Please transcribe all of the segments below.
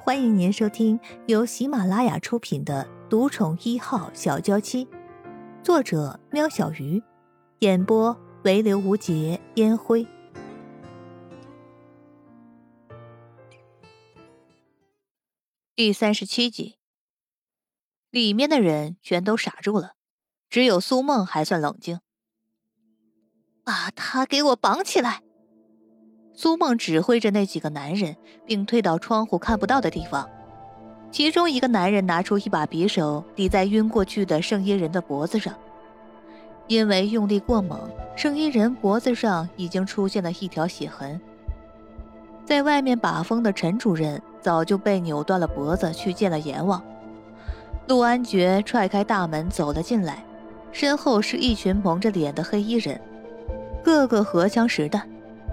欢迎您收听由喜马拉雅出品的《独宠1号小娇妻》，作者喵小鱼，演播唯刘无节烟灰。第37集，里面的人全都傻住了，只有苏梦还算冷静。把他给我绑起来！苏梦指挥着那几个男人，并退到窗户看不到的地方。其中一个男人拿出一把匕首抵在晕过去的圣衣人的脖子上，因为用力过猛，圣衣人脖子上已经出现了一条血痕。在外面把风的陈主任早就被扭断了脖子去见了阎王。陆安觉踹开大门走了进来，身后是一群蒙着脸的黑衣人，个个荷枪实弹。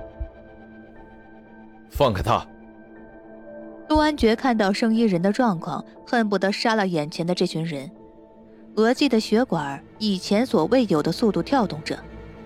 放开他！ 陆安觉看到圣衣人的状况，恨不得杀了眼前的这群人。额际的血管以前所未有的速度跳动着。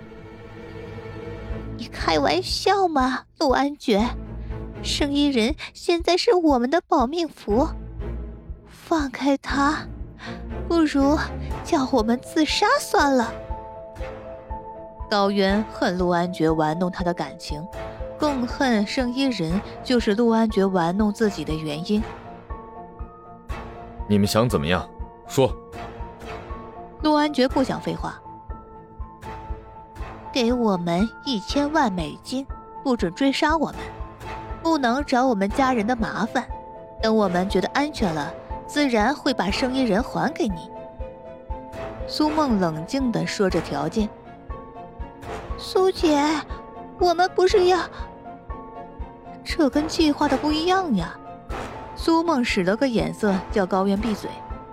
你开玩笑吗，陆安觉？圣衣人现在是我们的保命符，放开他，不如叫我们自杀算了。高渊恨陆安觉玩弄他的感情，更恨圣衣人就是陆安觉玩弄自己的原因。 你们想怎么样？说。 陆安觉不想废话。给我们1000万美金，不准追杀我们，不能找我们家人的麻烦。等我们觉得安全了，自然会把圣衣人还给你。苏梦冷静地说着条件。苏姐，我们不是要……这跟计划的不一样呀！苏梦使了个眼色，叫高原闭嘴。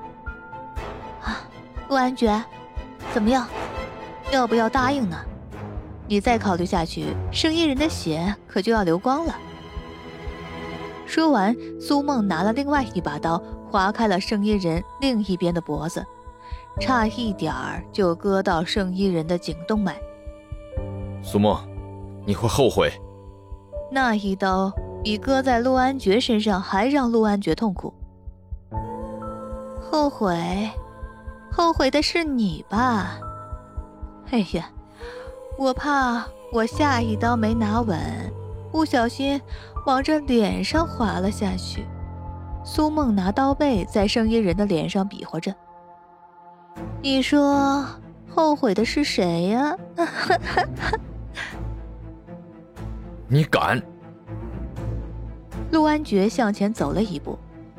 陆安觉，怎么样？要不要答应呢？你再考虑下去，圣衣人的血可就要流光了。说完，苏梦拿了另外一把刀，划开了圣衣人另一边的脖子，差一点儿就割到圣衣人的颈动脉。 苏梦，你会后悔。 那一刀比割在陆安觉身上还让陆安觉痛苦。后悔？后悔的是你吧？哎呀，我怕我下一刀没拿稳，不小心往这脸上划了下去。苏梦拿刀背在圣衣人的脸上比划着。你说后悔的是谁呀？ 你敢！ 陆安觉向前走了一步。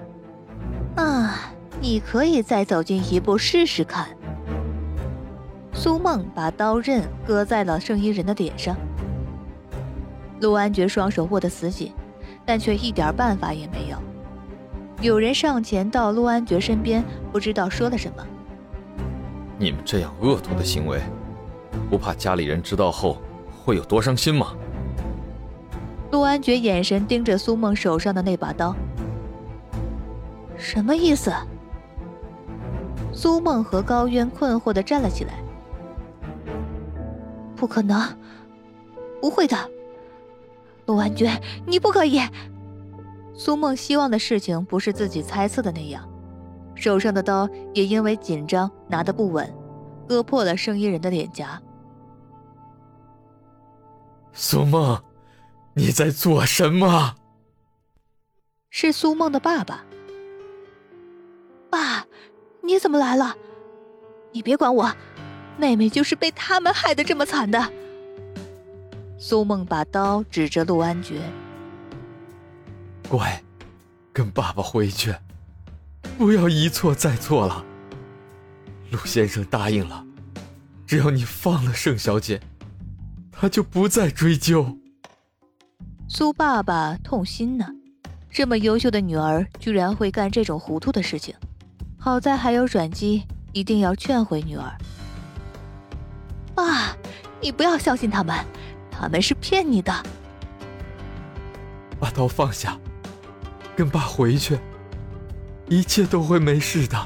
你可以再走近一步试试看。苏梦把刀刃搁在了圣衣人的脸上。陆安觉双手握得死紧，但却一点办法也没有。有人上前到陆安觉身边，不知道说了什么。 你们这样恶毒的行为，不怕家里人知道后会有多伤心吗？ 陆安觉眼神盯着苏梦手上的那把刀。什么意思？苏梦和高渊困惑地站了起来。不可能，不会的，陆安觉，你不可以。苏梦希望的事情不是自己猜测的那样，手上的刀也因为紧张拿得不稳，割破了圣衣人的脸颊。 苏梦，你在做什么？ 是苏梦的爸爸。爸，你怎么来了？你别管我，妹妹就是被他们害得这么惨的。苏梦把刀指着陆安觉。 乖，跟爸爸回去，不要一错再错了。陆先生答应了，只要你放了盛小姐，他就不再追究。 苏爸爸痛心呢，这么优秀的女儿居然会干这种糊涂的事情。好在还有转机，一定要劝回女儿。爸，你不要相信他们，他们是骗你的。 把刀放下，跟爸回去，一切都会没事的。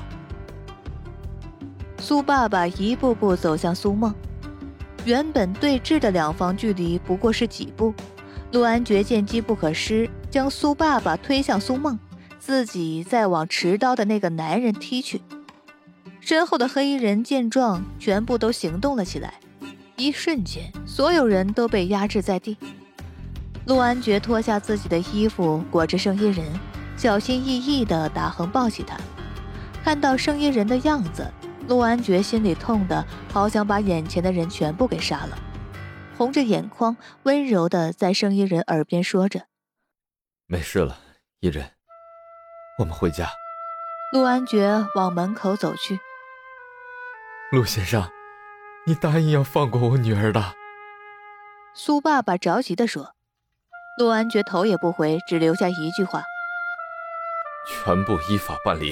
苏爸爸一步步走向苏梦，原本对峙的两方距离不过是几步。陆安觉见机不可失，将苏爸爸推向苏梦， 自己再往持刀的那个男人踢去。身后的黑衣人见状，全部都行动了起来。一瞬间，所有人都被压制在地。陆安觉脱下自己的衣服裹着圣衣人，小心翼翼地打横抱起他。看到圣衣人的样子，陆安觉心里痛得好想把眼前的人全部给杀了。红着眼眶，温柔地在圣衣人耳边说着：“ 没事了，衣人，我们回家。” 陆安觉往门口走去。 陆先生，你答应要放过我女儿的。 苏爸爸着急地说。陆安觉头也不回，只留下一句话：“ 全部依法办理。”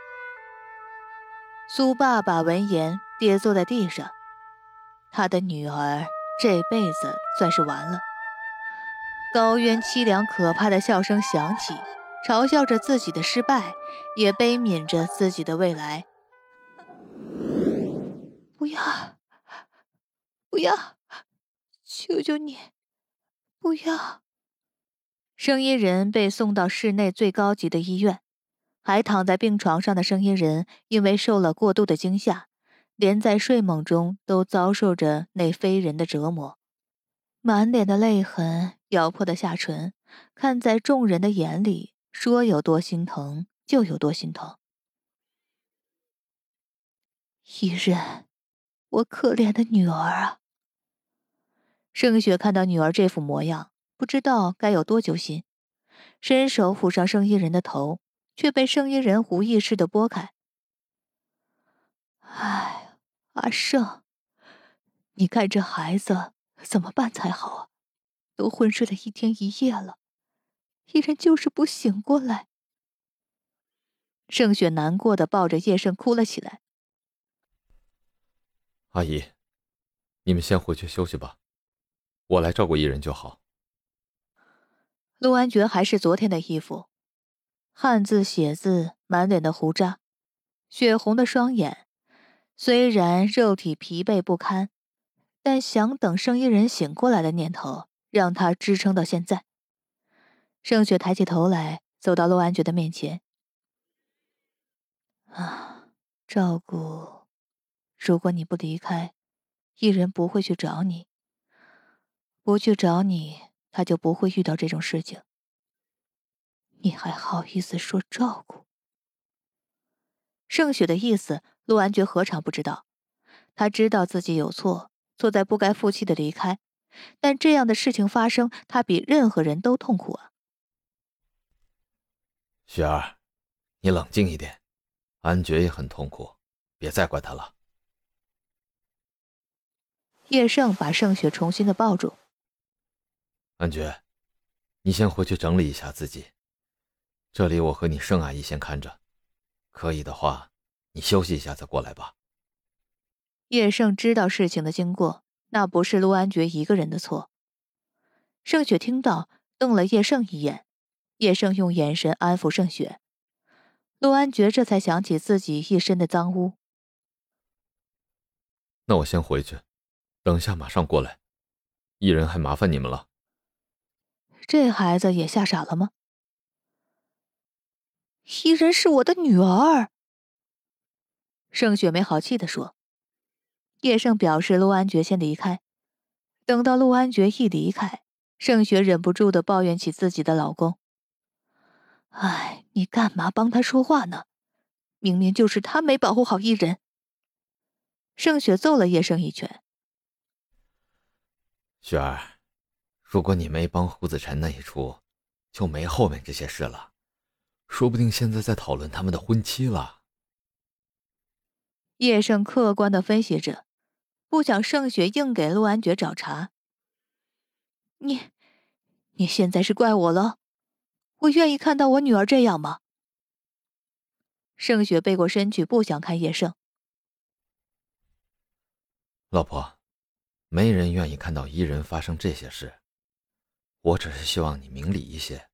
苏爸爸闻言跌坐在地上，他的女儿这辈子算是完了。高渊凄凉可怕的笑声响起，嘲笑着自己的失败，也悲悯着自己的未来。不要，不要，求求你，不要！声音人被送到市内最高级的医院，还躺在病床上的声音人因为受了过度的惊吓，连在睡梦中都遭受着那非人的折磨，满脸的泪痕，咬破的下唇，看在众人的眼里，说有多心疼就有多心疼。伊人，我可怜的女儿啊！盛雪看到女儿这副模样，不知道该有多揪心，伸手抚上圣衣人的头，却被圣衣人无意识地拨开。哎，阿胜，你看这孩子怎么办才好啊？都昏睡了一天一夜了，依然就是不醒过来。盛雪难过地抱着叶盛哭了起来。 阿姨，你们先回去休息吧，我来照顾伊人就好。 陆安觉还是昨天的衣服，汉字写字，满脸的胡渣，血红的双眼。虽然肉体疲惫不堪，但想等圣衣人醒过来的念头让他支撑到现在。盛雪抬起头来，走到陆安觉的面前。照顾，如果你不离开，伊人不会去找你。不去找你，他就不会遇到这种事情。你还好意思说照顾？盛雪的意思，陆安觉何尝不知道。他知道自己有错，错在不该负气的离开，但这样的事情发生，他比任何人都痛苦啊。 雪儿，你冷静一点，安觉也很痛苦，别再怪他了。 叶盛把盛雪重新的抱住。 安觉，你先回去整理一下自己，这里我和你盛阿姨先看着，可以的话，你休息一下再过来吧。 叶盛知道事情的经过，那不是陆安觉一个人的错。盛雪听到，瞪了叶盛一眼，叶盛用眼神安抚盛雪。陆安觉这才想起自己一身的脏污。 那我先回去，等下马上过来，伊人还麻烦你们了。 这孩子也吓傻了吗？伊人是我的女儿。盛雪没好气地说。叶盛表示陆安觉先离开。等到陆安觉一离开，盛雪忍不住地抱怨起自己的老公。哎，你干嘛帮他说话呢？明明就是他没保护好伊人。盛雪揍了叶盛一拳。 雪儿，如果你没帮胡子晨那一出，就没后面这些事了，说不定现在在讨论他们的婚期了。 叶盛客观地分析着，不想盛雪硬给陆安觉找茬。你现在是怪我了？我愿意看到我女儿这样吗？盛雪背过身去，不想看叶盛。 老婆，没人愿意看到伊人发生这些事，我只是希望你明理一些。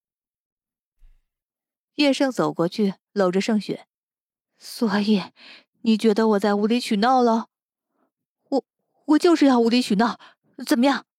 叶盛走过去，搂着盛雪。所以，你觉得我在无理取闹了？我就是要无理取闹，怎么样？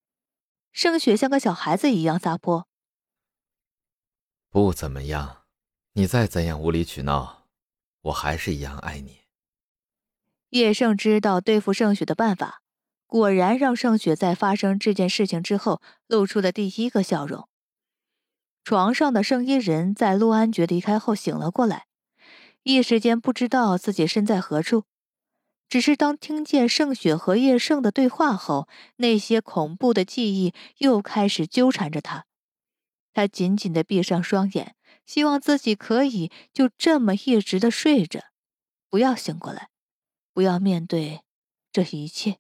盛雪像个小孩子一样撒泼。 不怎么样， 你再怎样无理取闹，我还是一样爱你。 叶盛知道对付盛雪的办法，果然让盛雪在发生这件事情之后露出了第一个笑容。床上的圣衣人在陆安觉离开后醒了过来，一时间不知道自己身在何处，只是当听见盛雪和叶盛的对话后，那些恐怖的记忆又开始纠缠着他。他紧紧地闭上双眼，希望自己可以就这么一直地睡着，不要醒过来，不要面对这一切。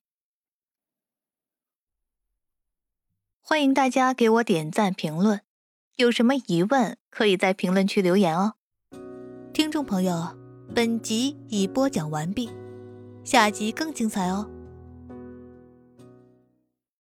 欢迎大家给我点赞评论，有什么疑问可以在评论区留言哦。听众朋友，本集已播讲完毕，下集更精彩哦。